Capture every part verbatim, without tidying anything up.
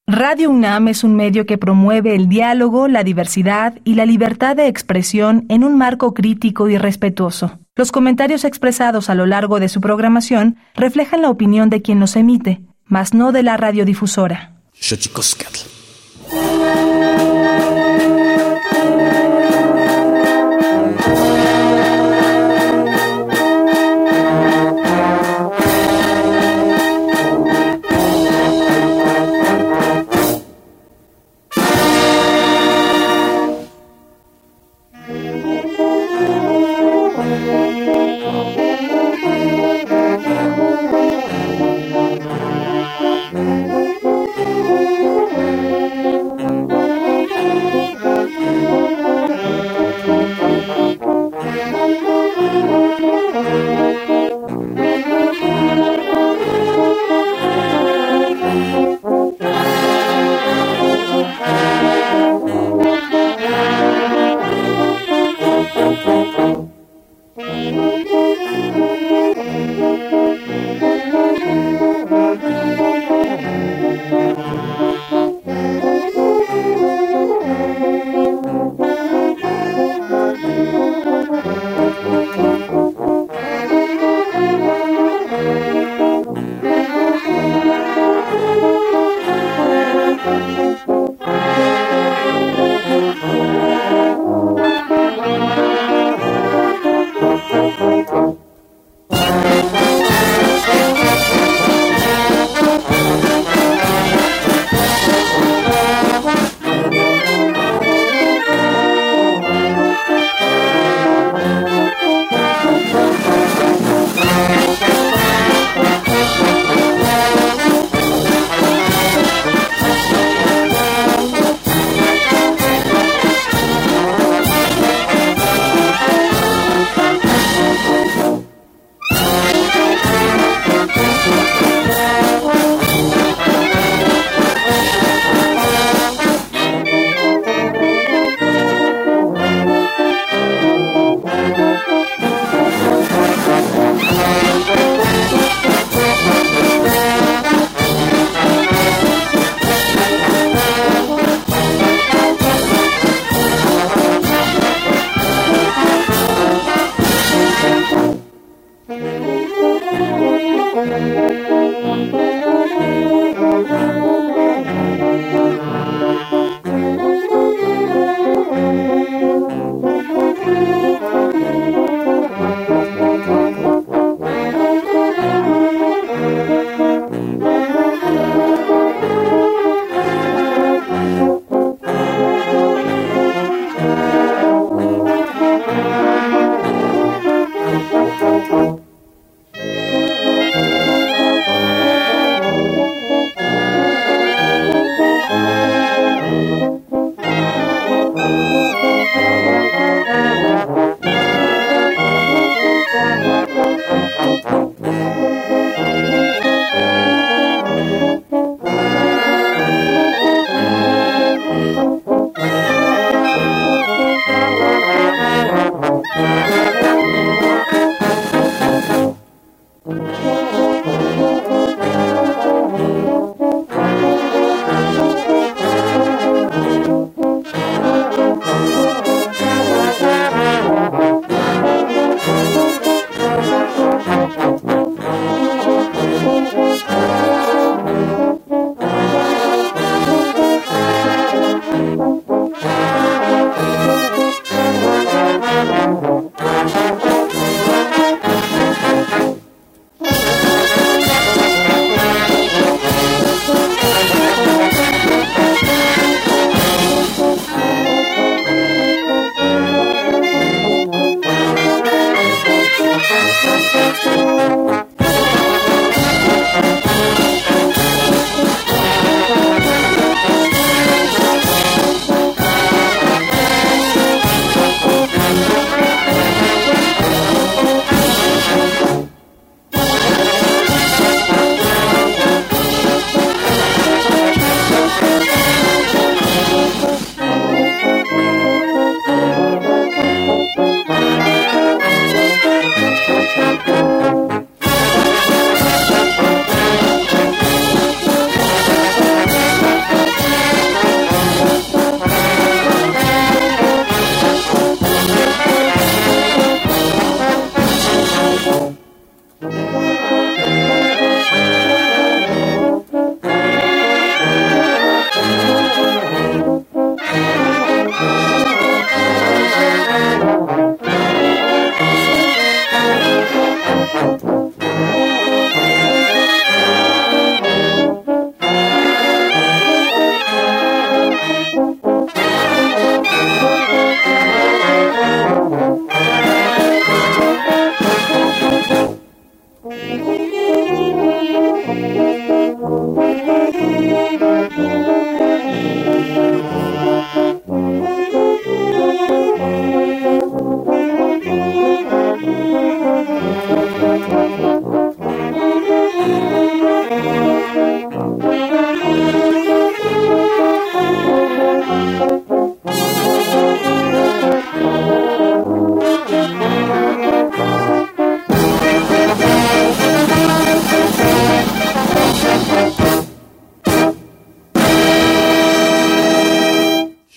Radio UNAM es un medio que promueve el diálogo, la diversidad y la libertad de expresión en un marco crítico y respetuoso. Los comentarios expresados a lo largo de su programación reflejan la opinión de quien los emite, mas no de la radiodifusora.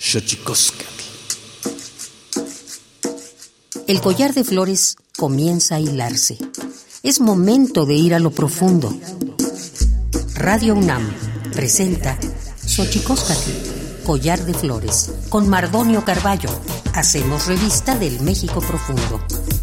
Xochicóscatl. El collar de flores comienza a hilarse. Es momento de ir a lo profundo. Radio UNAM presenta Xochicóscatl, collar de flores, con Mardonio Carballo. Hacemos revista del México profundo.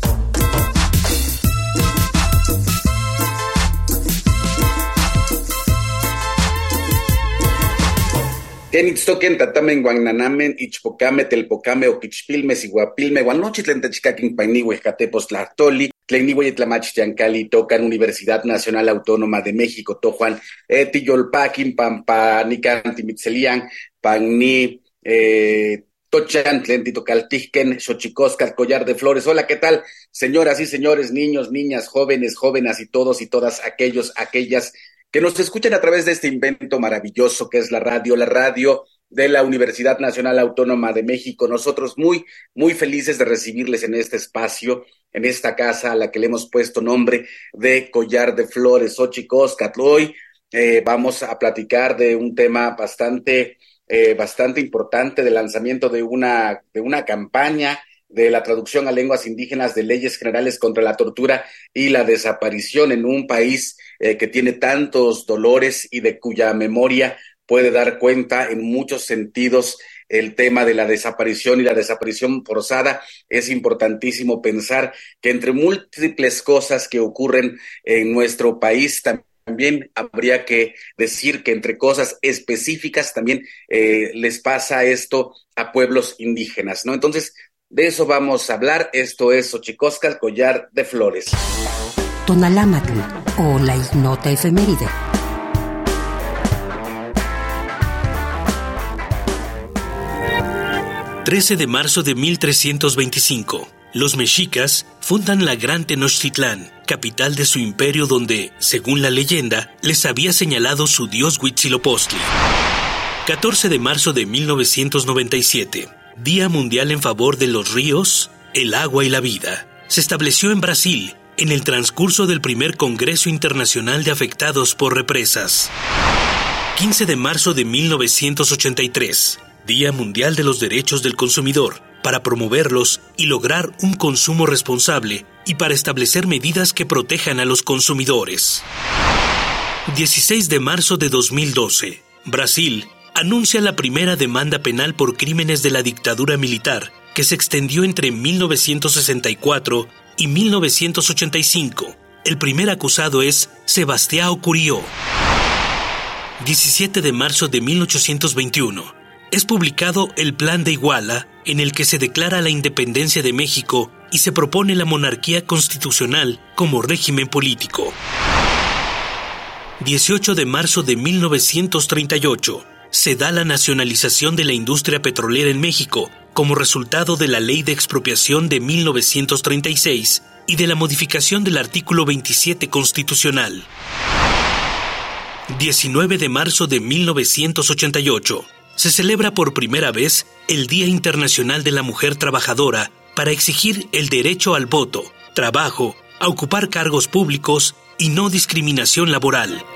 Kenitztoquen tatamen guananamen, ichpocame, telpocame, oquichpilme, siguapilme, guanochitlen techcaquin painiwe, catepos tlahtoli, tlenigüe tlamach yancali, tocan Universidad Nacional Autónoma de México, tojuan, etiyolpaquin, pampanican, timitzelian, panni, eh, tochan, tlentitocaltijquen, xochicóscatl, collar de flores. Hola, ¿qué tal? Señoras y señores, niños, niñas, jóvenes, jóvenes y todos y todas aquellos, aquellas que nos escuchan a través de este invento maravilloso que es la radio, la radio de la Universidad Nacional Autónoma de México. Nosotros muy, muy felices de recibirles en este espacio, en esta casa a la que le hemos puesto nombre de Collar de Flores, Xochicóscatl. Hoy eh, vamos a platicar de un tema bastante, eh, bastante importante, del lanzamiento de una, de una campaña de la traducción a lenguas indígenas de leyes generales contra la tortura y la desaparición en un país eh, que tiene tantos dolores y de cuya memoria puede dar cuenta en muchos sentidos el tema de la desaparición y la desaparición forzada. Es importantísimo pensar que entre múltiples cosas que ocurren en nuestro país también También habría que decir que entre cosas específicas también eh, les pasa esto a pueblos indígenas, ¿no? Entonces, de eso vamos a hablar. Esto es Xochicóscatl, collar de flores. Tonalámatl, o la ignota efeméride. trece de marzo de mil trescientos veinticinco. Los mexicas fundan la Gran Tenochtitlán, capital de su imperio donde, según la leyenda, les había señalado su dios Huitzilopochtli. catorce de marzo de mil novecientos noventa y siete. Día Mundial en favor de los ríos, el agua y la vida. Se estableció en Brasil, en el transcurso del primer Congreso Internacional de Afectados por Represas. quince de marzo de mil novecientos ochenta y tres. Día Mundial de los Derechos del Consumidor, para promoverlos y lograr un consumo responsable y para establecer medidas que protejan a los consumidores. dieciséis de marzo de dos mil doce. Brasil anuncia la primera demanda penal por crímenes de la dictadura militar, que se extendió entre mil novecientos sesenta y cuatro y mil novecientos ochenta y cinco. El primer acusado es Sebastião Curió. diecisiete de marzo de mil ochocientos veintiuno. Es publicado el Plan de Iguala, en el que se declara la independencia de México y se propone la monarquía constitucional como régimen político. dieciocho de marzo de mil novecientos treinta y ocho. Se da la nacionalización de la industria petrolera en México como resultado de la Ley de Expropiación de mil novecientos treinta y seis y de la modificación del artículo veintisiete constitucional. diecinueve de marzo de mil novecientos ochenta y ocho. Se celebra por primera vez el Día Internacional de la Mujer Trabajadora para exigir el derecho al voto, trabajo, a ocupar cargos públicos y no discriminación laboral.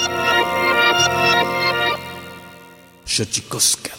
Xochicóscatl.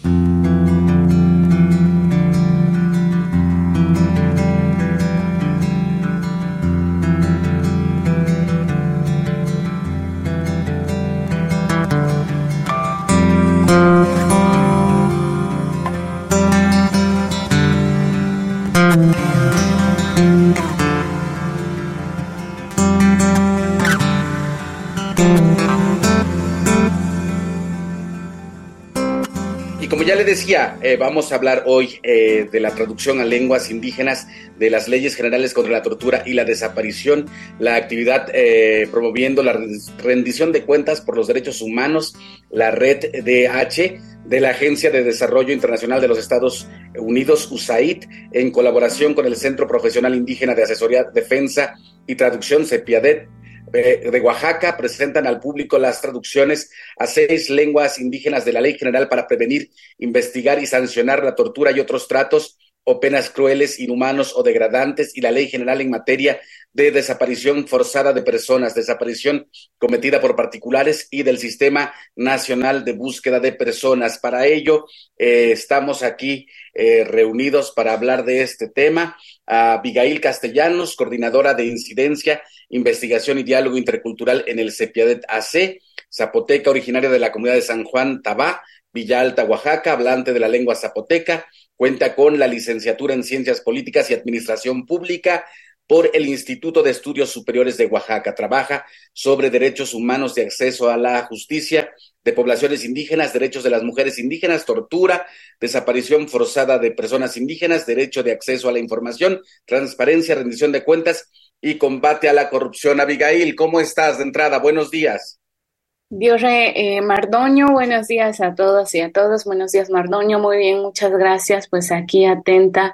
Como ya le decía, eh, vamos a hablar hoy eh, de la traducción a lenguas indígenas de las leyes generales contra la tortura y la desaparición, la actividad eh, promoviendo la rendición de cuentas por los derechos humanos, la red D H de la Agencia de Desarrollo Internacional de los Estados Unidos, U S A I D, en colaboración con el Centro Profesional Indígena de Asesoría, Defensa y Traducción, CEPIADET, de Oaxaca, presentan al público las traducciones a seis lenguas indígenas de la Ley General para prevenir, investigar y sancionar la tortura y otros tratos o penas crueles, inhumanos o degradantes y la Ley General en materia de desaparición forzada de personas, desaparición cometida por particulares y del Sistema Nacional de Búsqueda de Personas. Para ello, eh, estamos aquí eh, reunidos para hablar de este tema. A Abigail Castellanos, coordinadora de Incidencia, Investigación y Diálogo Intercultural en el CEPIADET A C, zapoteca, originaria de la comunidad de San Juan Tabá, Villa Alta, Oaxaca, hablante de la lengua zapoteca, cuenta con la licenciatura en Ciencias Políticas y Administración Pública por el Instituto de Estudios Superiores de Oaxaca. Trabaja sobre derechos humanos de acceso a la justicia de poblaciones indígenas, derechos de las mujeres indígenas, tortura, desaparición forzada de personas indígenas, derecho de acceso a la información, transparencia, rendición de cuentas y combate a la corrupción. Abigail, ¿cómo estás de entrada? Buenos días. Diorre eh, Mardoño, buenos días a todos y a todos. Buenos días, Mardoño. Muy bien, muchas gracias. Pues aquí atenta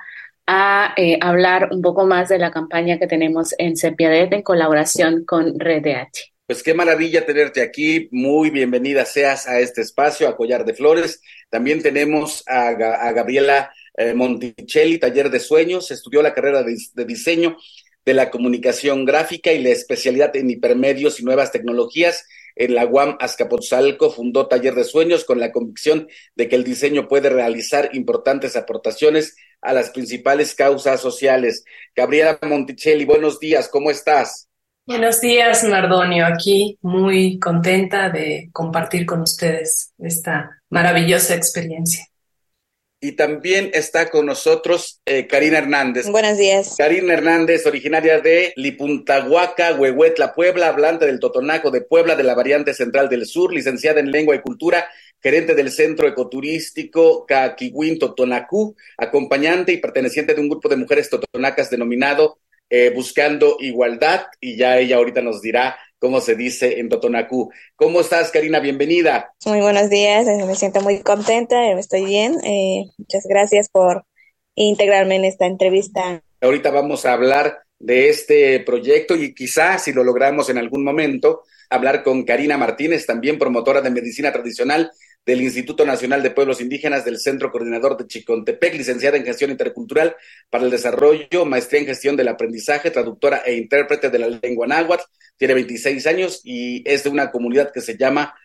a eh, hablar un poco más de la campaña que tenemos en CEPIADET en colaboración con Red D H. Pues qué maravilla tenerte aquí. Muy bienvenida seas a este espacio, a Collar de Flores. También tenemos a, a Gabriela eh, Monticelli, Taller de Sueños. Estudió la carrera de, de diseño de la comunicación gráfica y la especialidad en hipermedios y nuevas tecnologías. En la U A M Azcapotzalco fundó Taller de Sueños con la convicción de que el diseño puede realizar importantes aportaciones a las principales causas sociales. Gabriela Monticelli, buenos días, ¿cómo estás? Buenos días, Mardonio. Aquí muy contenta de compartir con ustedes esta maravillosa experiencia. Y también está con nosotros eh, Karina Hernández. Buenos días. Karina Hernández, originaria de Lipuntahuaca, Huehuetla, Puebla, hablante del Totonaco de Puebla, de la variante central del sur, licenciada en Lengua y Cultura, gerente del Centro Ecoturístico Caquihuín Totonacú, acompañante y perteneciente de un grupo de mujeres totonacas denominado eh, Buscando Igualdad, y ya ella ahorita nos dirá cómo se dice en Totonacú. ¿Cómo estás, Karina? Bienvenida. Muy buenos días, me siento muy contenta, estoy bien. Eh, muchas gracias por integrarme en esta entrevista. Ahorita vamos a hablar de este proyecto y quizás, si lo logramos en algún momento, hablar con Karina Martínez, también promotora de medicina tradicional del Instituto Nacional de Pueblos Indígenas del Centro Coordinador de Chicontepec, licenciada en Gestión Intercultural para el Desarrollo, maestría en Gestión del Aprendizaje, traductora e intérprete de la lengua náhuatl, tiene veintiséis años y es de una comunidad que se llama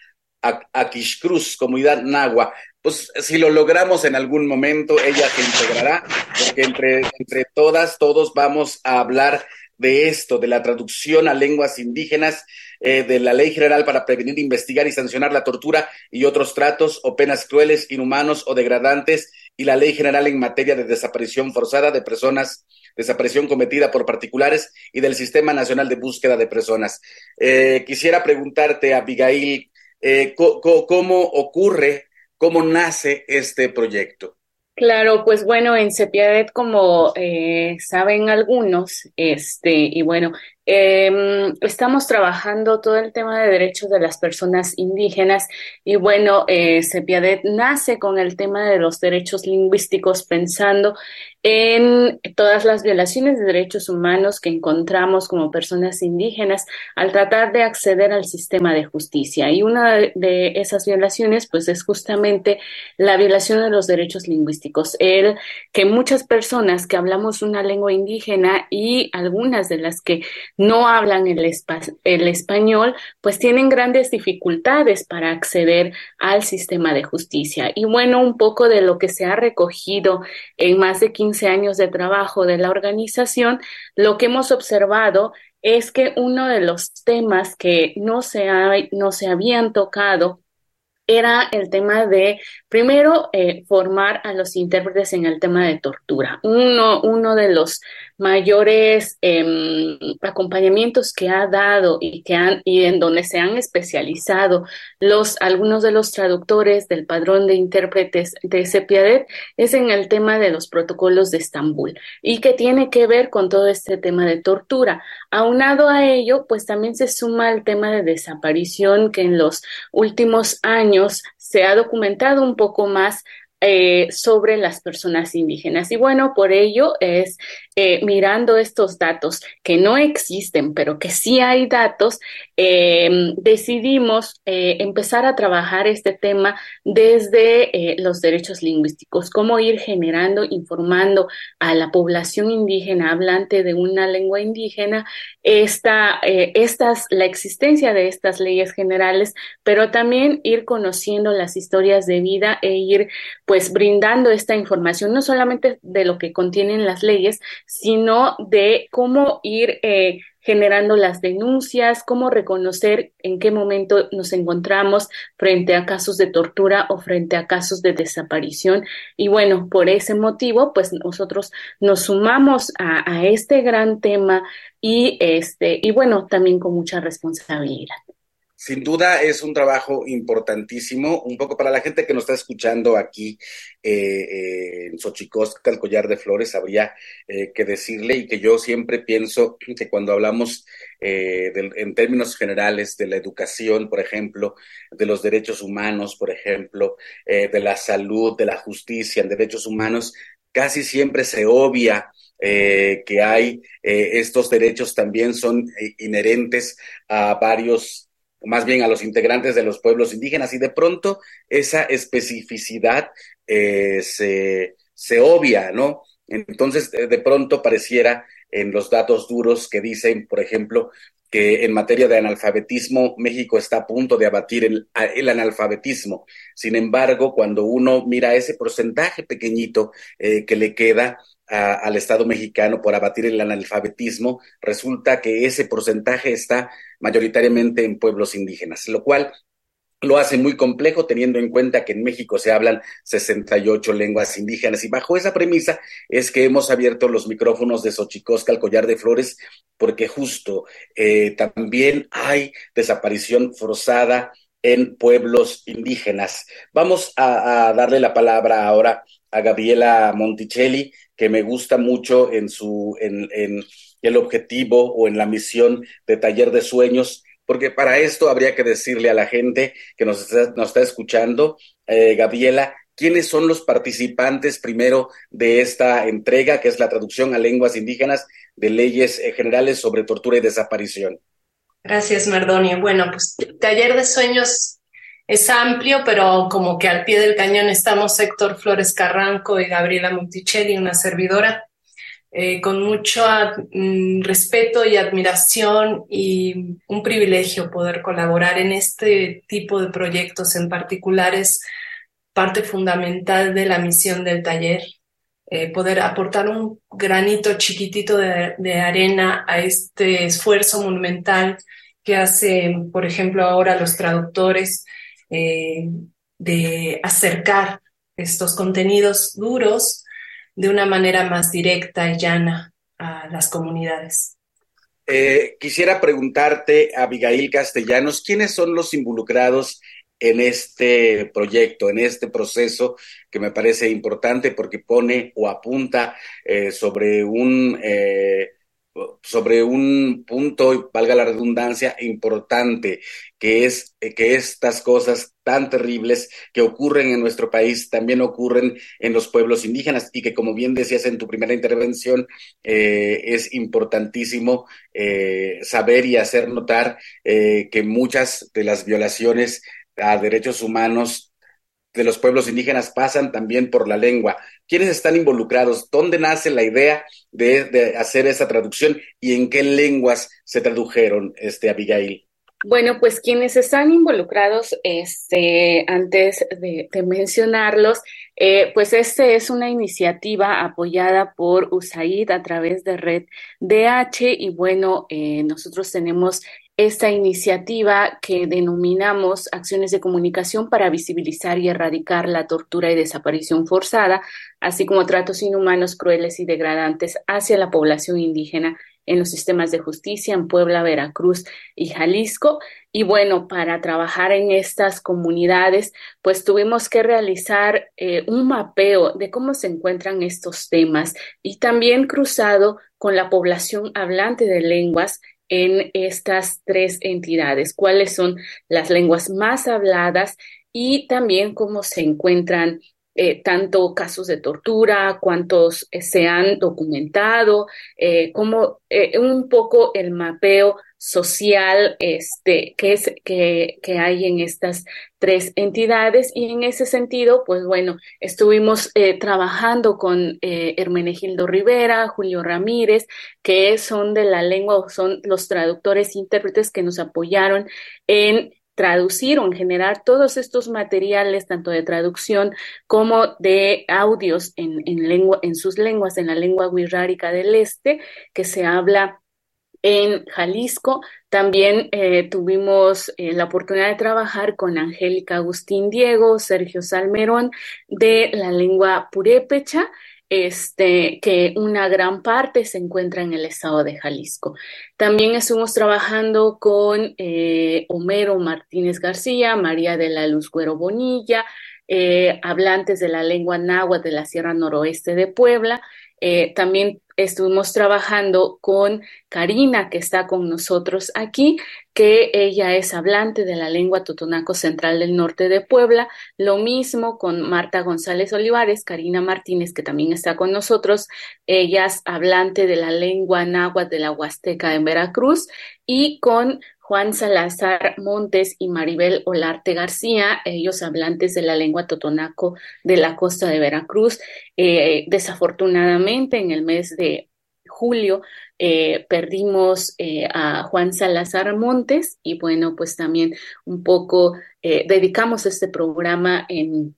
Aquixcruz, comunidad nahua. Pues si lo logramos en algún momento, ella se integrará, porque entre, entre todas, todos vamos a hablar de esto, de la traducción a lenguas indígenas, eh, de la Ley General para prevenir, investigar y sancionar la tortura y otros tratos o penas crueles, inhumanos o degradantes, y la Ley General en materia de desaparición forzada de personas, desaparición cometida por particulares y del Sistema Nacional de Búsqueda de Personas. Eh, quisiera preguntarte, Abigail, eh, co- co- ¿cómo ocurre, cómo nace este proyecto? Claro, pues bueno, en CEPIADET, como eh, saben algunos, este, y bueno, eh, estamos trabajando todo el tema de derechos de las personas indígenas y bueno, eh, CEPIADET nace con el tema de los derechos lingüísticos pensando en todas las violaciones de derechos humanos que encontramos como personas indígenas al tratar de acceder al sistema de justicia. Y una de esas violaciones, pues, es justamente la violación de los derechos lingüísticos. El que muchas personas que hablamos una lengua indígena y algunas de las que no hablan el, espa- el español, pues tienen grandes dificultades para acceder al sistema de justicia. Y bueno, un poco de lo que se ha recogido en más de quince años de trabajo de la organización, lo que hemos observado es que uno de los temas que no se, ha, no se habían tocado era el tema de, primero, eh, formar a los intérpretes en el tema de tortura. Uno, uno de los mayores eh, acompañamientos que ha dado y, que han, y en donde se han especializado los, algunos de los traductores del padrón de intérpretes de CEPIADET es en el tema de los protocolos de Estambul y que tiene que ver con todo este tema de tortura. Aunado a ello, pues también se suma el tema de desaparición que en los últimos años se ha documentado un poco más eh, sobre las personas indígenas. Y bueno, por ello es eh, mirando estos datos que no existen, pero que sí hay datos, eh, decidimos eh, empezar a trabajar este tema desde eh, los derechos lingüísticos, cómo ir generando, informando a la población indígena hablante de una lengua indígena esta, eh, estas, la existencia de estas leyes generales, pero también ir conociendo las historias de vida e ir pues brindando esta información, no solamente de lo que contienen las leyes, sino de cómo ir eh, generando las denuncias, cómo reconocer en qué momento nos encontramos frente a casos de tortura o frente a casos de desaparición. Y bueno, por ese motivo, pues nosotros nos sumamos a, a este gran tema y este, y bueno, también con mucha responsabilidad. Sin duda es un trabajo importantísimo, un poco para la gente que nos está escuchando aquí eh, eh, en Xochicóscal, el Collar de Flores, habría eh, que decirle, y que yo siempre pienso que cuando hablamos eh, de, en términos generales de la educación, por ejemplo, de los derechos humanos, por ejemplo, eh, de la salud, de la justicia en derechos humanos, casi siempre se obvia eh, que hay eh, estos derechos también son eh, inherentes a varios, más bien a los integrantes de los pueblos indígenas, y de pronto esa especificidad eh, se, se obvia, ¿no? Entonces, de pronto pareciera en los datos duros que dicen, por ejemplo, que en materia de analfabetismo, México está a punto de abatir el, el analfabetismo. Sin embargo, cuando uno mira ese porcentaje pequeñito eh, que le queda a, al Estado mexicano por abatir el analfabetismo, resulta que ese porcentaje está mayoritariamente en pueblos indígenas, lo cual lo hace muy complejo teniendo en cuenta que en México se hablan sesenta y ocho lenguas indígenas, y bajo esa premisa es que hemos abierto los micrófonos de Xochicóscal, Collar de Flores, porque justo eh, también hay desaparición forzada en pueblos indígenas. Vamos a, a darle la palabra ahora a Gabriela Monticelli, que me gusta mucho en su en, en el objetivo o en la misión de Taller de Sueños, porque para esto habría que decirle a la gente que nos está, nos está escuchando, eh, Gabriela, ¿quiénes son los participantes primero de esta entrega, que es la traducción a lenguas indígenas de leyes eh, generales sobre tortura y desaparición? Gracias, Mardonio. Bueno, pues Taller de Sueños es amplio, pero como que al pie del cañón estamos Héctor Flores Carranco y Gabriela Monticelli, una servidora. Eh, con mucho mm, respeto y admiración, y un privilegio poder colaborar en este tipo de proyectos en particular. Es parte fundamental de la misión del taller, eh, poder aportar un granito chiquitito de, de arena a este esfuerzo monumental que hacen, por ejemplo, ahora los traductores, eh, de acercar estos contenidos duros de una manera más directa y llana a las comunidades. Eh, quisiera preguntarte, Abigail Castellanos, ¿quiénes son los involucrados en este proyecto, en este proceso que me parece importante porque pone o apunta eh, sobre un eh, sobre un punto, valga la redundancia, importante, que es eh, que estas cosas tan terribles que ocurren en nuestro país también ocurren en los pueblos indígenas, y que, como bien decías en tu primera intervención, eh, es importantísimo eh, saber y hacer notar eh, que muchas de las violaciones a derechos humanos de los pueblos indígenas pasan también por la lengua. ¿Quiénes están involucrados? ¿Dónde nace la idea de, de hacer esa traducción y en qué lenguas se tradujeron, este, Abigail? Bueno, pues quienes están involucrados, este, antes de, de mencionarlos, eh, pues este es una iniciativa apoyada por U S A I D a través de Red D H, y bueno, eh, nosotros tenemos esta iniciativa que denominamos Acciones de Comunicación para visibilizar y erradicar la tortura y desaparición forzada, así como tratos inhumanos, crueles y degradantes hacia la población indígena en los sistemas de justicia en Puebla, Veracruz y Jalisco. Y bueno, para trabajar en estas comunidades, pues tuvimos que realizar eh, un mapeo de cómo se encuentran estos temas, y también cruzado con la población hablante de lenguas en estas tres entidades, cuáles son las lenguas más habladas y también cómo se encuentran eh, tanto casos de tortura, cuántos eh, se han documentado, eh, como eh, un poco el mapeo social este, que, es, que, que hay en estas tres entidades, y en ese sentido, pues bueno, estuvimos eh, trabajando con eh, Hermenegildo Rivera, Julio Ramírez, que son de la lengua, son los traductores e intérpretes que nos apoyaron en traducir o en generar todos estos materiales, tanto de traducción como de audios en, en, lengua, en sus lenguas, en la lengua wixárika del Este, que se habla en Jalisco. También eh, tuvimos eh, la oportunidad de trabajar con Angélica Agustín Diego, Sergio Salmerón, de la lengua purépecha, este, que una gran parte se encuentra en el estado de Jalisco. También estuvimos trabajando con eh, Homero Martínez García, María de la Luz Güero Bonilla, eh, hablantes de la lengua náhuatl de la Sierra Noroeste de Puebla. Eh, también estuvimos trabajando con Karina, que está con nosotros aquí, que ella es hablante de la lengua totonaco central del norte de Puebla. Lo mismo con Marta González Olivares, Karina Martínez, que también está con nosotros. Ella es hablante de la lengua náhuatl de la Huasteca en Veracruz, y con Juan Salazar Montes y Maribel Olarte García, ellos hablantes de la lengua totonaco de la costa de Veracruz. Eh, desafortunadamente, en el mes de julio eh, perdimos eh, a Juan Salazar Montes, y bueno, pues también un poco eh, dedicamos este programa en,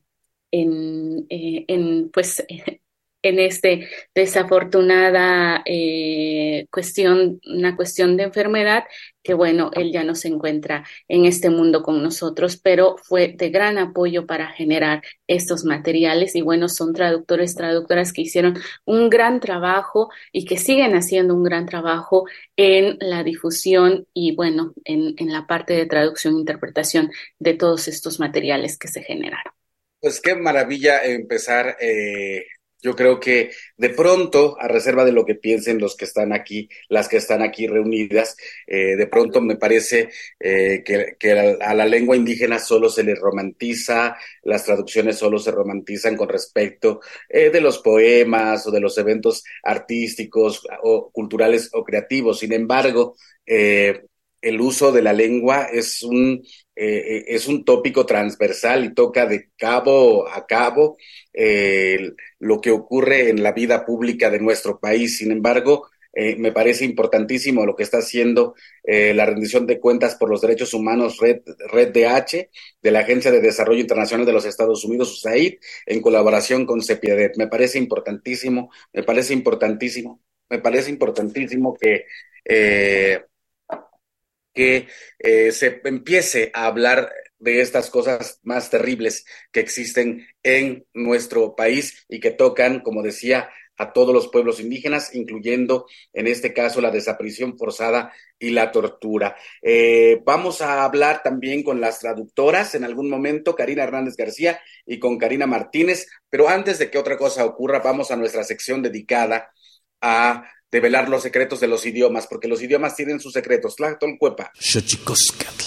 en, eh, en pues... en este desafortunada eh, cuestión, una cuestión de enfermedad, que bueno, él ya no se encuentra en este mundo con nosotros, pero fue de gran apoyo para generar estos materiales, y bueno, son traductores, traductoras que hicieron un gran trabajo y que siguen haciendo un gran trabajo en la difusión y bueno, en, en la parte de traducción e interpretación de todos estos materiales que se generaron. Pues qué maravilla empezar. eh... Yo creo que de pronto, a reserva de lo que piensen los que están aquí, las que están aquí reunidas, eh, de pronto me parece eh, que, que a, a la lengua indígena solo se le romantiza, las traducciones solo se romantizan con respecto eh, de los poemas o de los eventos artísticos o culturales o creativos. Sin embargo, eh, el uso de la lengua es un, eh, es un tópico transversal y toca de cabo a cabo eh, lo que ocurre en la vida pública de nuestro país. Sin embargo, eh, me parece importantísimo lo que está haciendo eh, la rendición de cuentas por los derechos humanos Red, Red D H, de la Agencia de Desarrollo Internacional de los Estados Unidos, U S A I D, en colaboración con CEPIADET. Me parece importantísimo, me parece importantísimo, me parece importantísimo que... Eh, que eh, se empiece a hablar de estas cosas más terribles que existen en nuestro país y que tocan, como decía, a todos los pueblos indígenas, incluyendo en este caso la desaparición forzada y la tortura. Eh, vamos a hablar también con las traductoras en algún momento, Karina Hernández García y con Karina Martínez, pero antes de que otra cosa ocurra, vamos a nuestra sección dedicada a develar los secretos de los idiomas, porque los idiomas tienen sus secretos. Tlachtolcuepa. Xochicóscatl.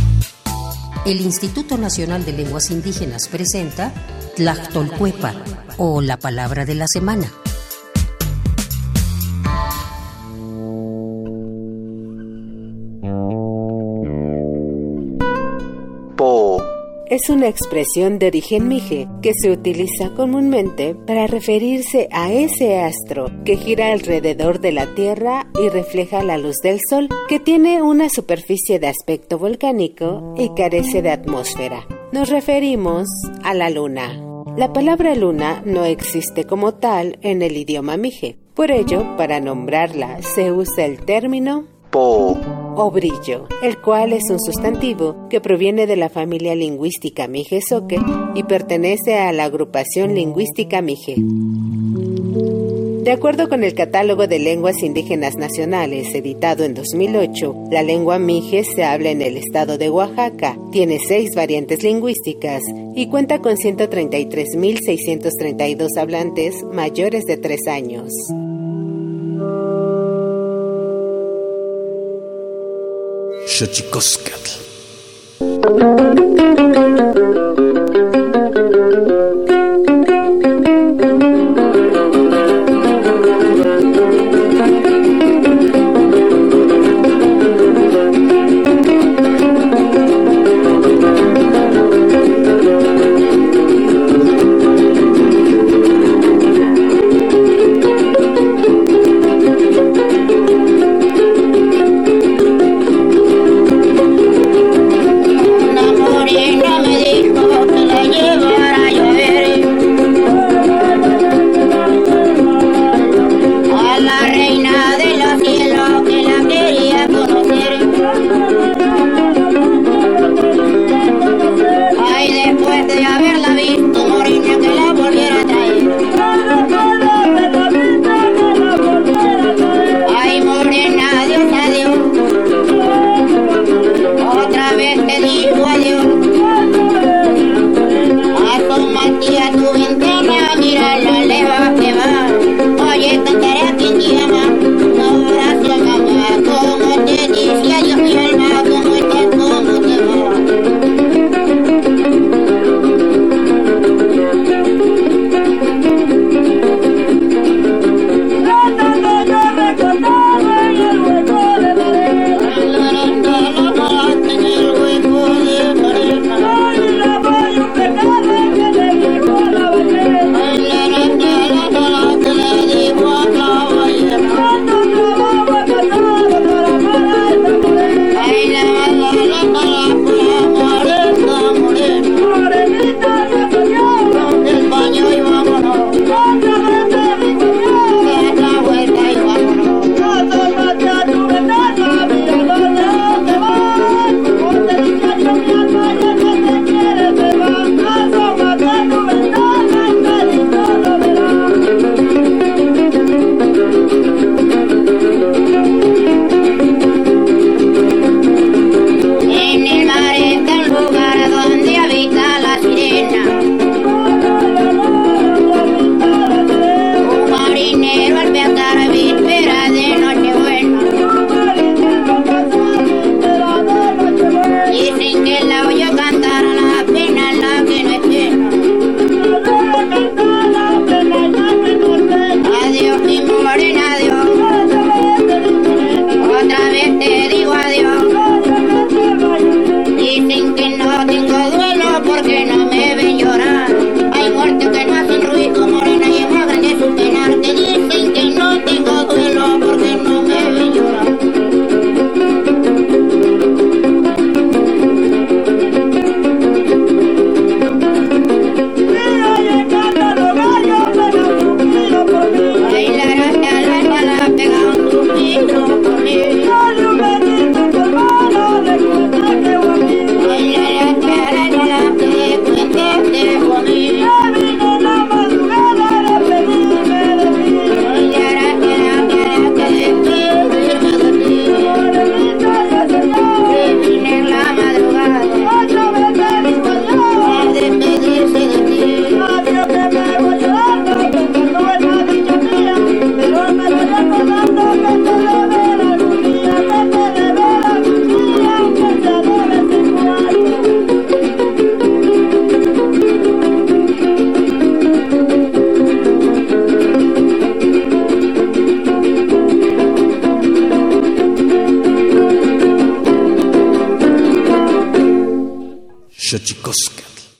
El Instituto Nacional de Lenguas Indígenas presenta Tlachtolcuepa, o la palabra de la semana. Po. Es una expresión de origen mije que se utiliza comúnmente para referirse a ese astro que gira alrededor de la Tierra y refleja la luz del Sol, que tiene una superficie de aspecto volcánico y carece de atmósfera. Nos referimos a la Luna. La palabra luna no existe como tal en el idioma mije. Por ello, para nombrarla se usa el término po o brillo, el cual es un sustantivo que proviene de la familia lingüística mije-zoque y pertenece a la agrupación lingüística mije. De acuerdo con el Catálogo de Lenguas Indígenas Nacionales, editado en dos mil ocho, la lengua mije se habla en el estado de Oaxaca, tiene seis variantes lingüísticas y cuenta con ciento treinta y tres mil seiscientos treinta y dos hablantes mayores de tres años. Xochicóscatl.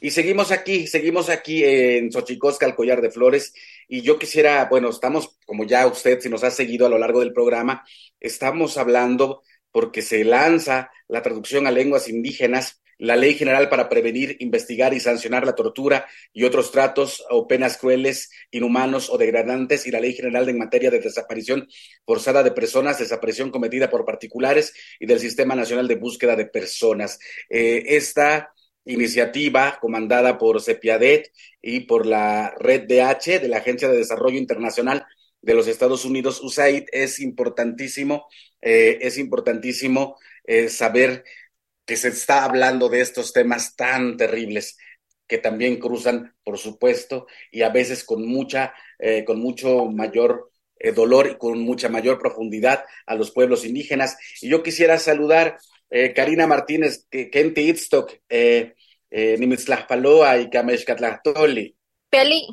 Y seguimos aquí, seguimos aquí en Xochicosca, el Collar de Flores, y yo quisiera, bueno, estamos, como ya usted, si nos ha seguido a lo largo del programa, estamos hablando porque se lanza la traducción a lenguas indígenas, la Ley General para prevenir, investigar y sancionar la tortura y otros tratos o penas crueles, inhumanos o degradantes, y la Ley General en materia de desaparición forzada de personas, desaparición cometida por particulares y del Sistema Nacional de Búsqueda de Personas. Eh, esta iniciativa comandada por CEPIADET y por la Red D H de la Agencia de Desarrollo Internacional de los Estados Unidos, U S A I D, es importantísimo, eh, es importantísimo eh, saber que se está hablando de estos temas tan terribles que también cruzan, por supuesto, y a veces con mucha, eh, con mucho mayor eh, dolor y con mucha mayor profundidad a los pueblos indígenas. Y yo quisiera saludar eh, Karina Martínez, que Kenti Itztok, eh, eh, Nimitzlahpaloa y Kameshkatlahtoli. Peli,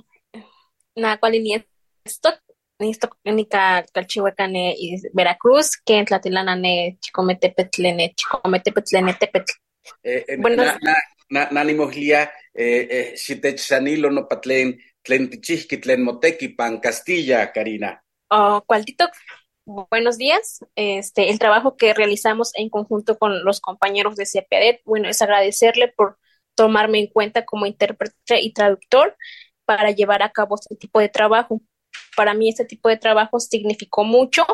na cualiniestok, Nistok nika calchihuecane y Veracruz, que en Tlatilana ne chicometepetlene, chicometepetlene tepetl. Buenas. Nani mohlia, xitechsanilo no patlen, tlen tichihki, tlen moteki, pan Castilla, Karina. Oh, cualtito. Buenos días. Este, el trabajo que realizamos en conjunto con los compañeros de CEPIADET, bueno, es agradecerle por tomarme en cuenta como intérprete y traductor para llevar a cabo este tipo de trabajo. Para mí este tipo de trabajo significó mucho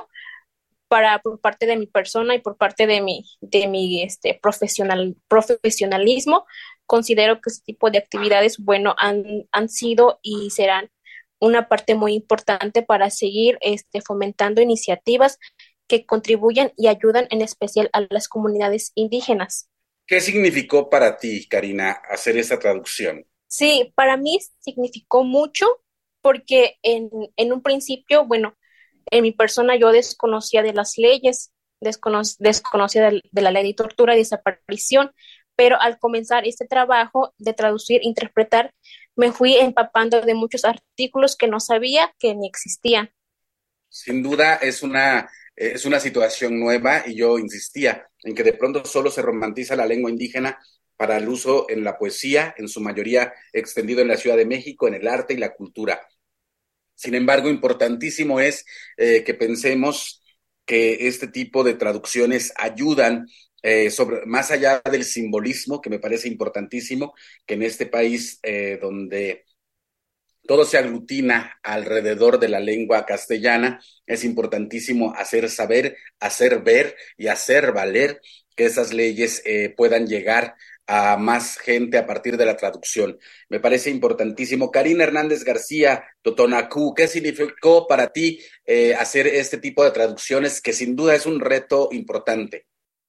para, por parte de mi persona y por parte de mi, de mi este, profesional, profesionalismo. Considero que este tipo de actividades, bueno, han, han sido y serán una parte muy importante para seguir este, fomentando iniciativas que contribuyan y ayudan en especial a las comunidades indígenas. ¿Qué significó para ti, Karina, hacer esta traducción? Sí, para mí significó mucho porque en, en un principio, bueno, en mi persona yo desconocía de las leyes, descono- desconocía de, de la ley de tortura y desaparición, pero al comenzar este trabajo de traducir, interpretar, me fui empapando de muchos artículos que no sabía que ni existían. Sin duda es una, es una situación nueva y yo insistía en que de pronto solo se romantiza la lengua indígena para el uso en la poesía, en su mayoría extendido en la Ciudad de México, en el arte y la cultura. Sin embargo, importantísimo es eh, que pensemos que este tipo de traducciones ayudan, eh, sobre, más allá del simbolismo, que me parece importantísimo, que en este país eh, donde todo se aglutina alrededor de la lengua castellana, es importantísimo hacer saber, hacer ver y hacer valer que esas leyes eh, puedan llegar a más gente a partir de la traducción. Me parece importantísimo. Karina Hernández García, Totonacú, ¿qué significó para ti eh, hacer este tipo de traducciones que sin duda es un reto importante?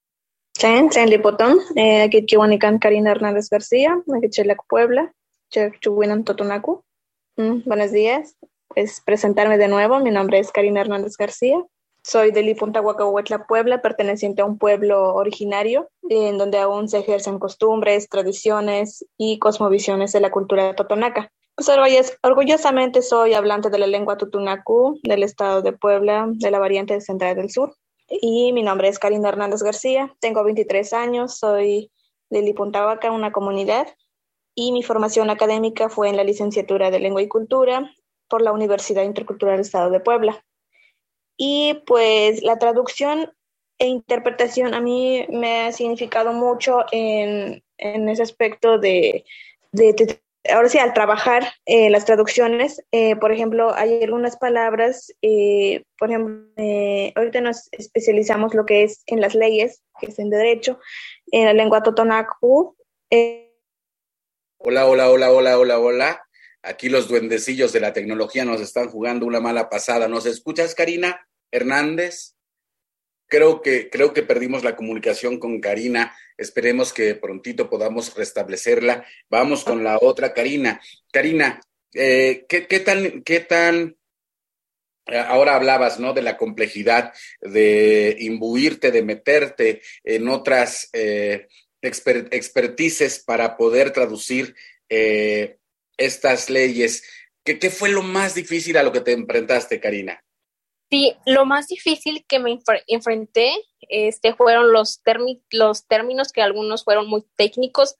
Tlen, tlen lipotón, eh, aquí Chihuanican Karina Hernández García, aquí Chelac Puebla, Chuwinan Totonacú. Mm, buenos días, es presentarme de nuevo, mi nombre es Karina Hernández García. Soy de Lipuntahuacahuetla, Puebla, perteneciente a un pueblo originario en donde aún se ejercen costumbres, tradiciones y cosmovisiones de la cultura totonaca. Pues orgullos, orgullosamente soy hablante de la lengua totonacú del estado de Puebla, de la variante central del sur. Y mi nombre es Karina Hernández García, tengo veintitrés años, soy de Lipuntahuaca, una comunidad, y mi formación académica fue en la licenciatura de Lengua y Cultura por la Universidad Intercultural del Estado de Puebla. Y pues la traducción e interpretación a mí me ha significado mucho en, en ese aspecto de, de, de, ahora sí, al trabajar eh, las traducciones. Eh, por ejemplo, hay algunas palabras, eh, por ejemplo, eh, ahorita nos especializamos lo que es en las leyes, que es en derecho, en la lengua totonacú. Eh. Hola, hola, hola, hola, hola, hola. Aquí los duendecillos de la tecnología nos están jugando una mala pasada. ¿Nos escuchas, Karina Hernández? Creo que, creo que perdimos la comunicación con Karina. Esperemos que prontito podamos restablecerla. Vamos con la otra Karina. Karina, eh, ¿qué, qué tan, qué tan, ahora hablabas, ¿no?, de la complejidad de imbuirte, de meterte en otras eh, exper, expertices para poder traducir eh, estas leyes? ¿Qué, ¿Qué fue lo más difícil a lo que te enfrentaste, Karina? Sí, lo más difícil que me enfre- enfrenté este, fueron los, termi- los términos que algunos fueron muy técnicos,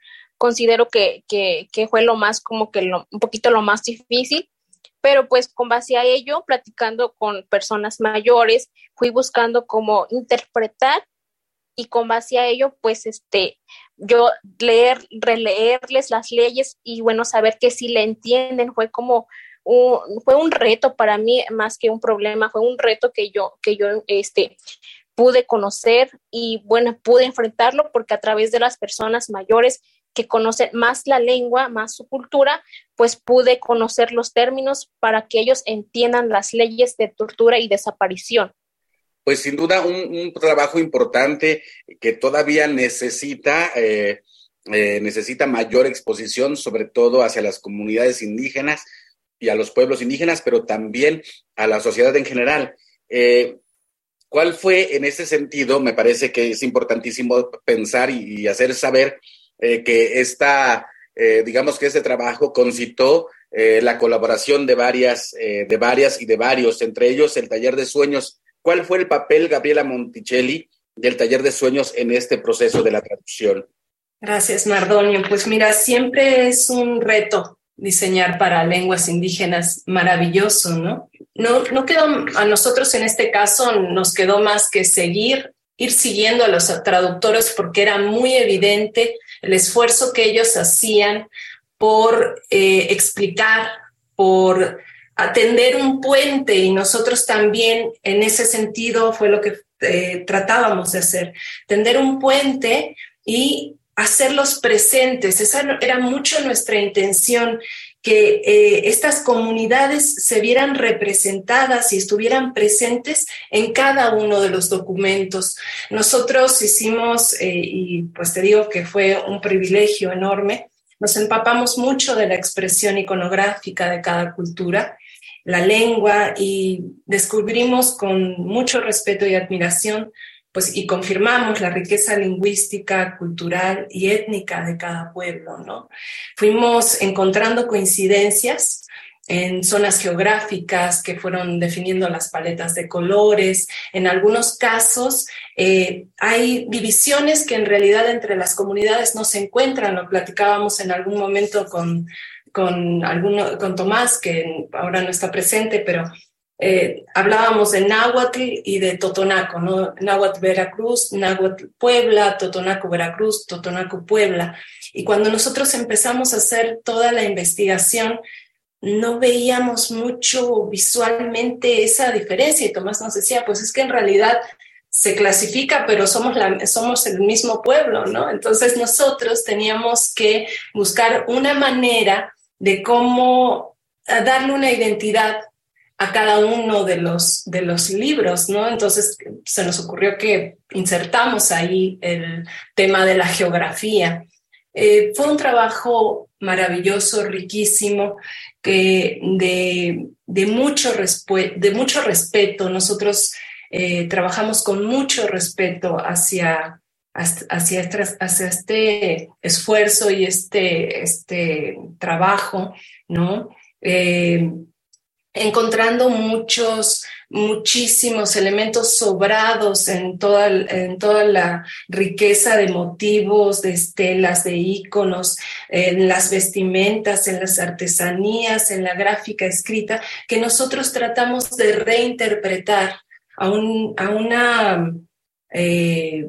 considero que, que, que fue lo más, como que lo, un poquito lo más difícil, pero pues con base a ello, platicando con personas mayores, fui buscando cómo interpretar y con base a ello, pues este, yo leer, releerles las leyes y bueno, saber que sí le entienden, fue como un, fue un reto para mí más que un problema, fue un reto que yo, que yo este, pude conocer y bueno, pude enfrentarlo porque a través de las personas mayores que conocen más la lengua, más su cultura, pues pude conocer los términos para que ellos entiendan las leyes de tortura y desaparición. Pues sin duda un, un trabajo importante que todavía necesita, eh, eh, necesita mayor exposición, sobre todo hacia las comunidades indígenas y a los pueblos indígenas, pero también a la sociedad en general. Eh, ¿Cuál fue en ese sentido? Me parece que es importantísimo pensar y, y hacer saber eh, que esta, eh, digamos que este trabajo concitó eh, la colaboración de varias, eh, de varias y de varios, entre ellos el Taller de Sueños. ¿Cuál fue el papel, Gabriela Monticelli, del Taller de Sueños en este proceso de la traducción? Gracias, Mardonio. Pues mira, siempre es un reto diseñar para lenguas indígenas, maravilloso, ¿no? No, no quedó, a nosotros en este caso nos quedó más que seguir, ir siguiendo a los traductores porque era muy evidente el esfuerzo que ellos hacían por eh, explicar, por atender un puente, y nosotros también en ese sentido fue lo que eh, tratábamos de hacer, tender un puente y hacerlos presentes. Esa era mucho nuestra intención, que eh, estas comunidades se vieran representadas y estuvieran presentes en cada uno de los documentos. Nosotros hicimos, eh, y pues te digo que fue un privilegio enorme, nos empapamos mucho de la expresión iconográfica de cada cultura, la lengua, y descubrimos con mucho respeto y admiración, pues, y confirmamos la riqueza lingüística, cultural y étnica de cada pueblo, ¿no? Fuimos encontrando coincidencias en zonas geográficas que fueron definiendo las paletas de colores. En algunos casos eh, hay divisiones que en realidad entre las comunidades no se encuentran. Lo platicábamos en algún momento con, con, alguno, con Tomás, que ahora no está presente, pero Eh, hablábamos de náhuatl y de totonaco, ¿no? Náhuatl Veracruz, náhuatl Puebla, totonaco Veracruz, totonaco Puebla. Y cuando nosotros empezamos a hacer toda la investigación, no veíamos mucho visualmente esa diferencia. Y Tomás nos decía, pues es que en realidad se clasifica, pero somos, la, somos el mismo pueblo, ¿no? Entonces nosotros teníamos que buscar una manera de cómo darle una identidad a cada uno de los, de los libros, ¿no? Entonces se nos ocurrió que insertamos ahí el tema de la geografía. Eh, fue un trabajo maravilloso, riquísimo, que de, de, mucho, respe- de mucho respeto. Nosotros eh, trabajamos con mucho respeto hacia, hacia, este, hacia este esfuerzo y este, este trabajo, ¿no? Eh, encontrando muchos, muchísimos elementos sobrados en toda, en toda la riqueza de motivos, de estelas, de íconos, en las vestimentas, en las artesanías, en la gráfica escrita, que nosotros tratamos de reinterpretar a, un, a una eh,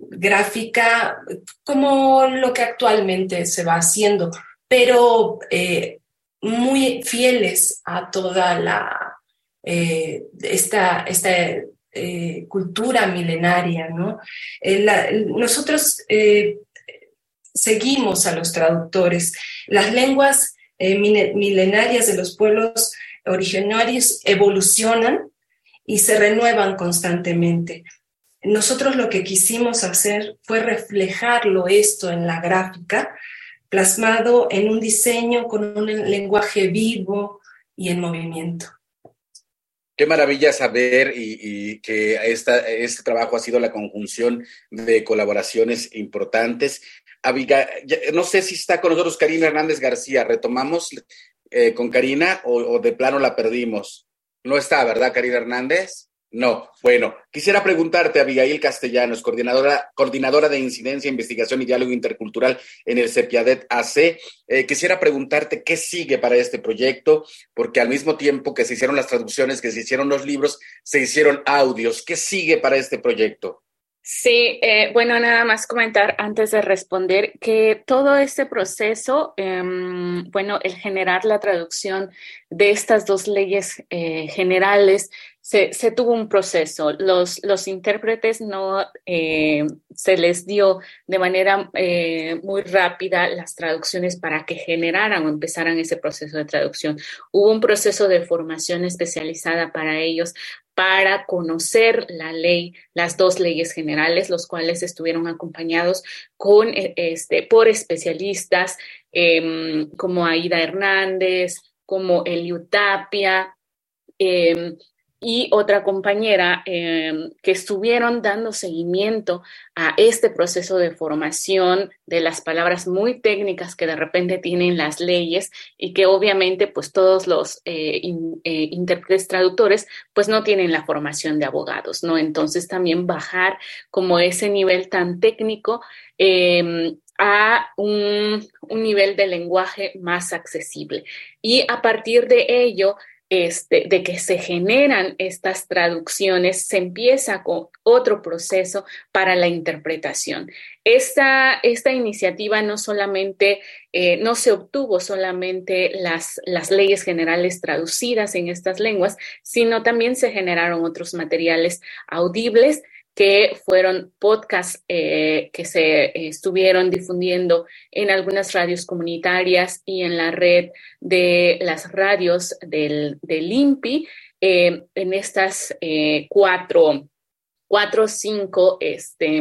gráfica como lo que actualmente se va haciendo, pero eh, muy fieles a toda la eh, esta, esta eh, cultura milenaria, ¿no? Eh, la, nosotros eh, seguimos a los traductores. Las lenguas eh, milenarias de los pueblos originarios evolucionan y se renuevan constantemente. Nosotros lo que quisimos hacer fue reflejarlo esto en la gráfica, plasmado en un diseño con un lenguaje vivo y en movimiento. Qué maravilla saber y, y que esta, este trabajo ha sido la conjunción de colaboraciones importantes. Abigail, no sé si está con nosotros Karina Hernández García. ¿Retomamos eh, con Karina o, o de plano la perdimos? No está, ¿verdad, Karina Hernández? No, bueno, quisiera preguntarte, Abigail Castellanos, coordinadora, coordinadora de Incidencia, Investigación y Diálogo Intercultural en el CEPIADET A C. Eh, quisiera preguntarte qué sigue para este proyecto, porque al mismo tiempo que se hicieron las traducciones, que se hicieron los libros, se hicieron audios. ¿Qué sigue para este proyecto? Sí, eh, bueno, nada más comentar antes de responder que todo este proceso, eh, bueno, el generar la traducción de estas dos leyes eh, generales, se, se tuvo un proceso. Los, los intérpretes no eh, se les dio de manera eh, muy rápida las traducciones para que generaran o empezaran ese proceso de traducción. Hubo un proceso de formación especializada para ellos, para conocer la ley, las dos leyes generales, los cuales estuvieron acompañados con, este, por especialistas eh, como Aida Hernández, como Eliu Tapia, eh, y otra compañera eh, que estuvieron dando seguimiento a este proceso de formación de las palabras muy técnicas que de repente tienen las leyes y que obviamente pues todos los eh, in, eh, intérpretes traductores pues no tienen la formación de abogados, ¿no? Entonces también bajar como ese nivel tan técnico eh, a un, un nivel de lenguaje más accesible. Y a partir de ello, Este, de que se generan estas traducciones, se empieza con otro proceso para la interpretación. Esta, esta iniciativa no solamente, eh, no se obtuvo solamente las, las leyes generales traducidas en estas lenguas, sino también se generaron otros materiales audibles que fueron podcasts eh, que se eh, estuvieron difundiendo en algunas radios comunitarias y en la red de las radios del, del I N P I, eh, en estas eh, cuatro, cuatro o cinco este,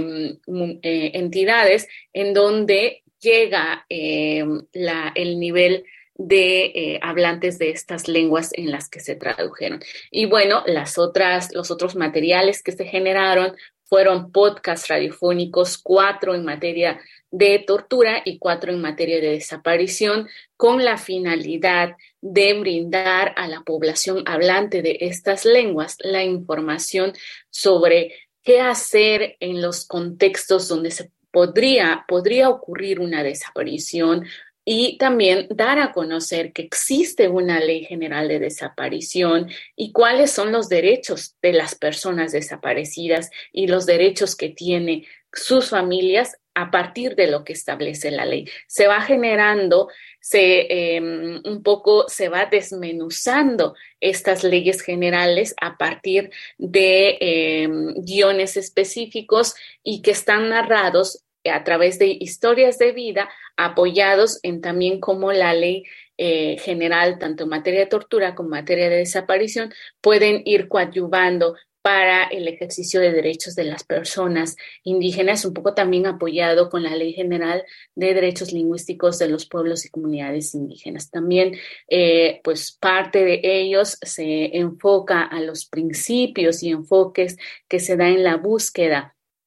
eh, entidades en donde llega eh, la, el nivel de eh, hablantes de estas lenguas en las que se tradujeron. Y bueno, las otras, los otros materiales que se generaron fueron podcasts radiofónicos, cuatro en materia de tortura y cuatro en materia de desaparición, con la finalidad de brindar a la población hablante de estas lenguas la información sobre qué hacer en los contextos donde se podría, podría ocurrir una desaparición, y también dar a conocer que existe una ley general de desaparición y cuáles son los derechos de las personas desaparecidas y los derechos que tienen sus familias a partir de lo que establece la ley. Se va generando, se, eh, un poco se va desmenuzando estas leyes generales a partir de eh, guiones específicos y que están narrados a través de historias de vida, apoyados en también como la ley eh, general, tanto en materia de tortura como en materia de desaparición, pueden ir coadyuvando para el ejercicio de derechos de las personas indígenas, un poco también apoyado con la Ley General de Derechos Lingüísticos de los Pueblos y Comunidades Indígenas. También, eh, pues, parte de ellos se enfoca a los principios y enfoques que se da en la búsqueda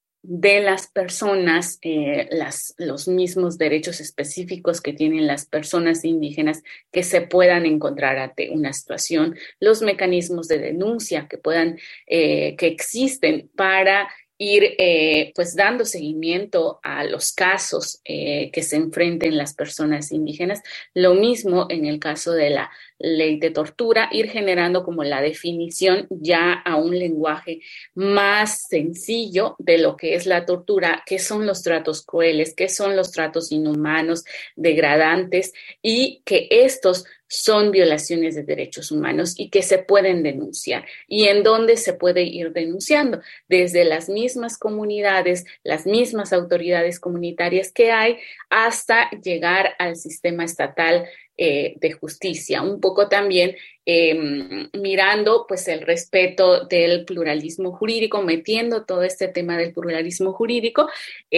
de las personas, eh, las, los mismos derechos específicos que tienen las personas indígenas que se puedan encontrar ante una situación, los mecanismos de denuncia que puedan, eh, que existen para ir eh, pues dando seguimiento a los casos eh, que se enfrenten las personas indígenas. Lo mismo en el caso de la ley de tortura, ir generando como la definición ya a un lenguaje más sencillo de lo que es la tortura, qué son los tratos crueles, qué son los tratos inhumanos, degradantes, y que estos son violaciones de derechos humanos y que se pueden denunciar. ¿Y en dónde se puede ir denunciando? Desde las mismas comunidades, las mismas autoridades comunitarias que hay, hasta llegar al sistema estatal eh, de justicia. Un poco también eh, mirando pues el respeto del pluralismo jurídico, metiendo todo este tema del pluralismo jurídico,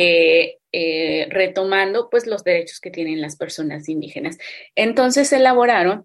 eh, eh, retomando pues los derechos que tienen las personas indígenas. Entonces elaboraron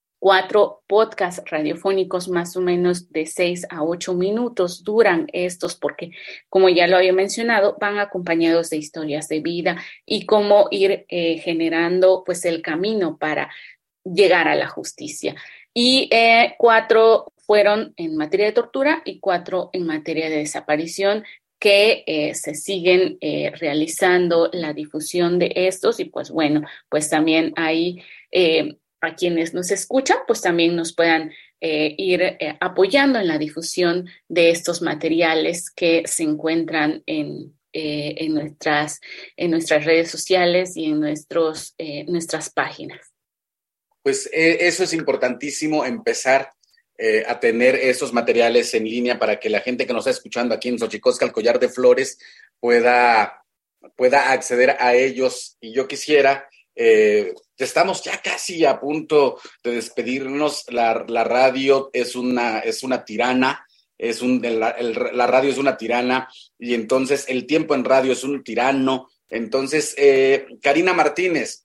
cuatro podcasts radiofónicos más o menos de seis a ocho minutos duran estos porque, como ya lo había mencionado, van acompañados de historias de vida y cómo ir eh, generando pues el camino para llegar a la justicia. Y eh, cuatro fueron en materia de tortura y cuatro en materia de desaparición, que eh, se siguen eh, realizando la difusión de estos y pues bueno, pues también ahí eh, a quienes nos escuchan, pues también nos puedan eh, ir eh, apoyando en la difusión de estos materiales que se encuentran en, eh, en, nuestras, en nuestras redes sociales y en nuestros, eh, nuestras páginas. Pues eh, eso es importantísimo, empezar Eh, a tener esos materiales en línea para que la gente que nos está escuchando aquí en Xochicosca, el Collar de Flores, pueda, pueda acceder a ellos. Y yo quisiera, eh, estamos ya casi a punto de despedirnos. La, la radio es una, es una tirana, es un, el, el, la radio es una tirana, y entonces el tiempo en radio es un tirano. Entonces, eh, Karina Martínez,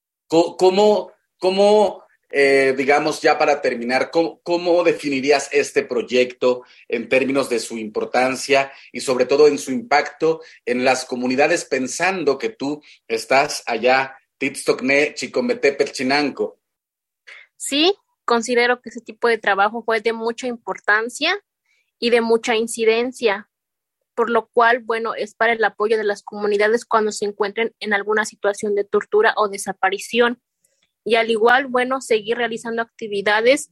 ¿cómo, cómo Eh, digamos, ya para terminar, ¿cómo, ¿cómo definirías este proyecto en términos de su importancia y sobre todo en su impacto en las comunidades, pensando que tú estás allá, Titztocné, Chicometepec, Chinanco? Sí, considero que ese tipo de trabajo fue de mucha importancia y de mucha incidencia, por lo cual, bueno, es para el apoyo de las comunidades cuando se encuentren en alguna situación de tortura o desaparición. Y al igual, bueno, seguir realizando actividades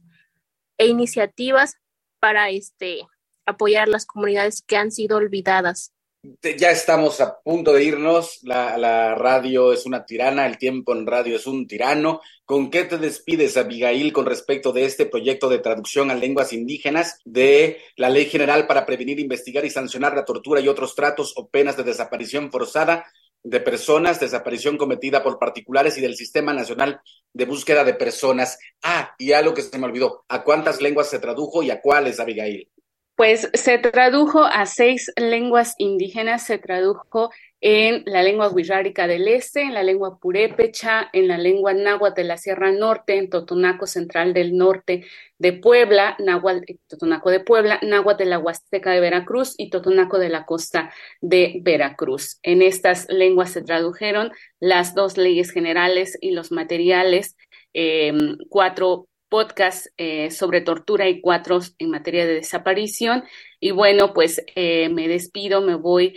e iniciativas para este, apoyar a las comunidades que han sido olvidadas. Ya estamos a punto de irnos. La, la radio es una tirana, el tiempo en radio es un tirano. ¿Con qué te despides, Abigail, con respecto de este proyecto de traducción a lenguas indígenas de la Ley General para prevenir, investigar y sancionar la tortura y otros tratos o penas de desaparición forzada de personas, desaparición cometida por particulares y del Sistema Nacional de Búsqueda de Personas? Ah, y algo que se me olvidó, ¿a cuántas lenguas se tradujo y a cuáles, Abigail? Pues se tradujo a seis lenguas indígenas, se tradujo en la lengua wixárika del Este, en la lengua purépecha, en la lengua náhuatl de la Sierra Norte, en Totonaco Central del Norte de Puebla, náhuatl, Totonaco de Puebla, náhuatl de la Huasteca de Veracruz y Totonaco de la costa de Veracruz. En estas lenguas se tradujeron las dos leyes generales y los materiales, eh, cuatro podcasts eh, sobre tortura y cuatro en materia de desaparición. Y bueno, pues eh, me despido, me voy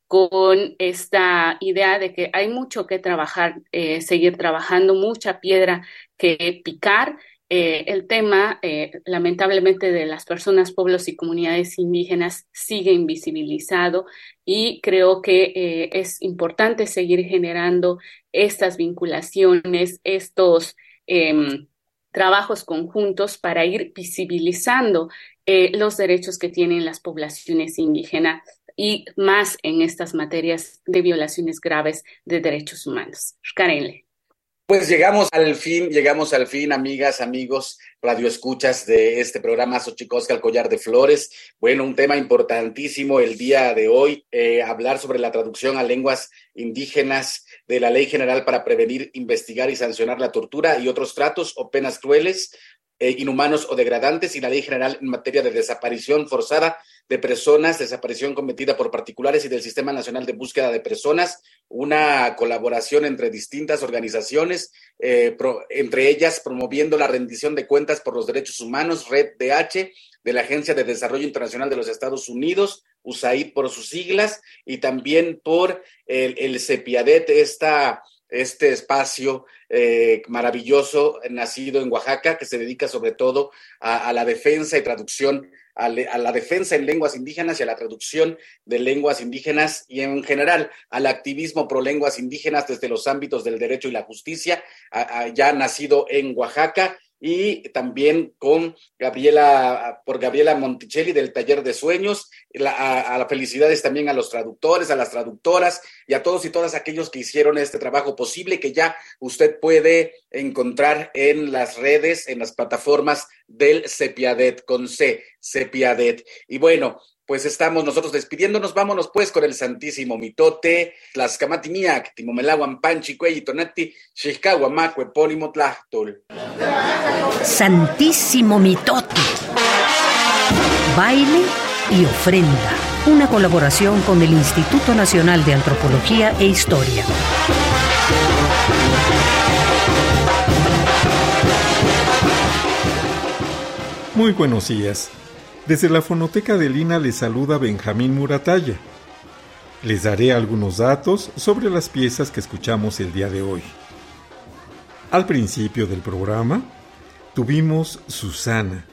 con esta idea de que hay mucho que trabajar, eh, seguir trabajando, mucha piedra que picar. Eh, el tema, eh, lamentablemente, de las personas, pueblos y comunidades indígenas sigue invisibilizado y creo que eh, es importante seguir generando estas vinculaciones, estos eh, trabajos conjuntos para ir visibilizando eh, los derechos que tienen las poblaciones indígenas y más en estas materias de violaciones graves de derechos humanos. Xcarenle. Pues llegamos al fin, llegamos al fin, amigas, amigos, radioescuchas de este programa Xochicosca, el Collar de Flores. Bueno, un tema importantísimo el día de hoy, eh, hablar sobre la traducción a lenguas indígenas de la Ley General para prevenir, investigar y sancionar la tortura y otros tratos o penas crueles, eh, inhumanos o degradantes, y la Ley General en materia de desaparición forzada de personas, desaparición cometida por particulares y del Sistema Nacional de Búsqueda de Personas, una colaboración entre distintas organizaciones, eh, pro, entre ellas promoviendo la rendición de cuentas por los derechos humanos, Red D H, de la Agencia de Desarrollo Internacional de los Estados Unidos, U S A I D por sus siglas, y también por el, el CEPIADET, esta este espacio eh, maravilloso nacido en Oaxaca, que se dedica sobre todo a, a la defensa y traducción, a, le, a la defensa en lenguas indígenas y a la traducción de lenguas indígenas y en general al activismo pro lenguas indígenas desde los ámbitos del derecho y la justicia, a, a, ya nacido en Oaxaca. Y también con Gabriela, por Gabriela Monticelli del Taller de Sueños, la, a, a las felicidades también a los traductores, a las traductoras y a todos y todas aquellos que hicieron este trabajo posible, que ya usted puede encontrar en las redes, en las plataformas del CEPIADET, con C, CEPIADET. Y bueno, pues estamos nosotros despidiéndonos. Vámonos pues con el Santísimo Mitote, Tlaxcamatimiac, Timomelahuan Panchi, Cuey, Tonati, Xixcahuamac, Epónimo Tlachtol. Santísimo Mitote. Baile y ofrenda. Una colaboración con el Instituto Nacional de Antropología e Historia. Muy buenos días. Desde la Fonoteca de Lina les saluda Benjamín Muratalla. Les daré algunos datos sobre las piezas que escuchamos el día de hoy. Al principio del programa, tuvimos Susana.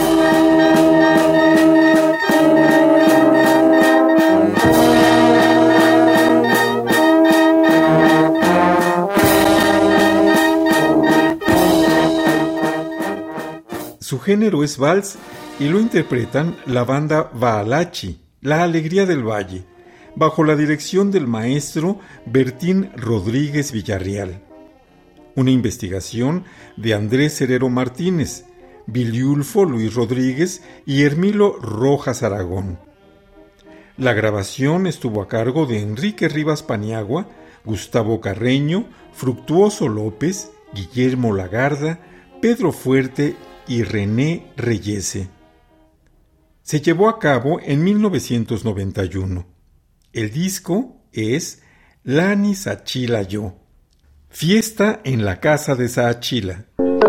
Su género es vals y lo interpretan la banda Vaalachi, La Alegría del Valle, bajo la dirección del maestro Bertín Rodríguez Villarreal. Una investigación de Andrés Herrero Martínez, Viliulfo Luis Rodríguez y Hermilo Rojas Aragón. La grabación estuvo a cargo de Enrique Rivas Paniagua, Gustavo Carreño, Fructuoso López, Guillermo Lagarda, Pedro Fuerte y René Reyese. Se llevó a cabo en mil novecientos noventa y uno. El disco es Lani Sachila Yo, Fiesta en la Casa de Saachila.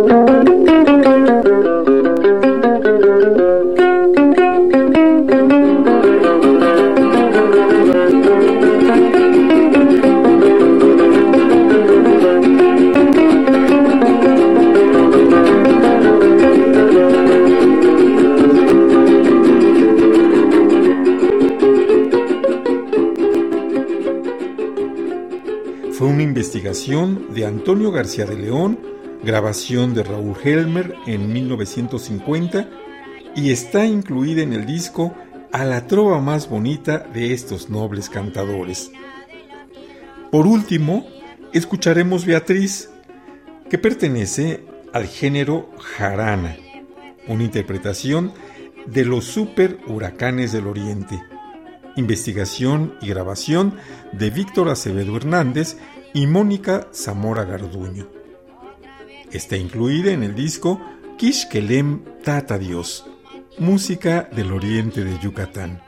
Fue una investigación de Antonio García de León, grabación de Raúl Helmer en mil novecientos cincuenta y está incluida en el disco A la trova más bonita de estos nobles cantadores. Por último, escucharemos Beatriz, que pertenece al género jarana, una interpretación de los super huracanes del Oriente. Investigación y grabación de Víctor Acevedo Hernández y Mónica Zamora Garduño. Está incluida en el disco Quixquelem Tata Dios, música del oriente de Yucatán.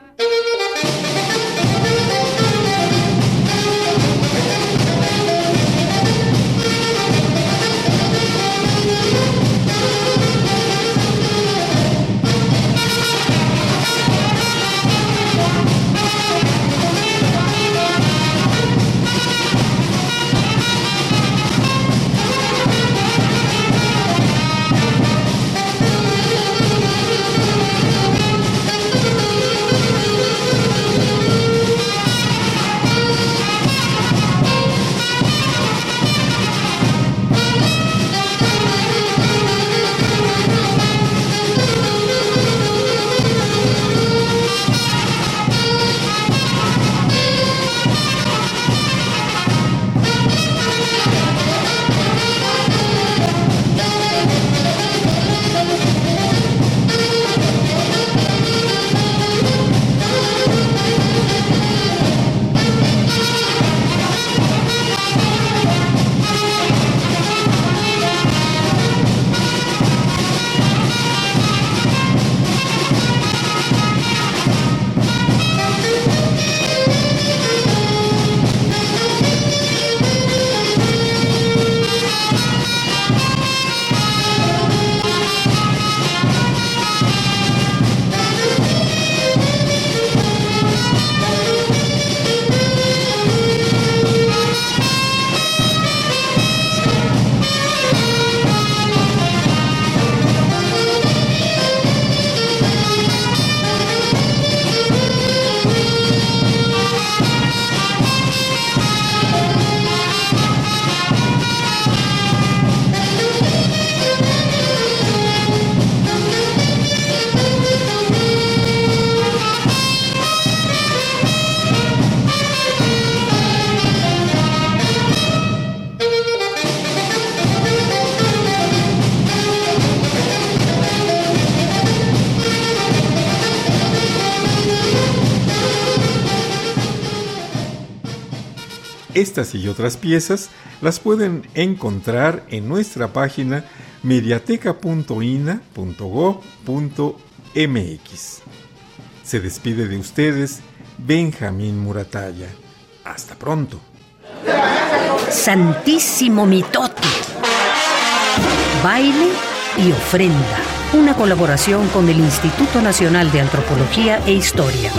Estas y otras piezas las pueden encontrar en nuestra página mediateca punto ina punto gob punto mx. Se despide de ustedes Benjamín Muratalla. Hasta pronto. Santísimo mitote. Baile y ofrenda. una colaboración con el Instituto Nacional de Antropología e Historia.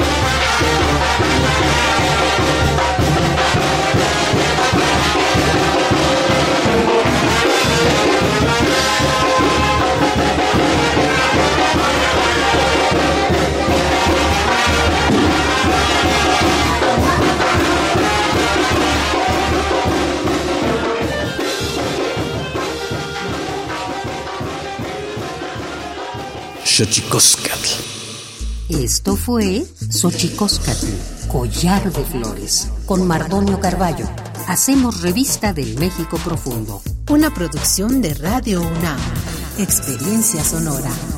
Xochicóscatl. Esto fue Xochicóscatl, Collar de Flores, con Mardonio Carballo. Hacemos Revista del México Profundo. Una producción de Radio UNAM. Experiencia sonora.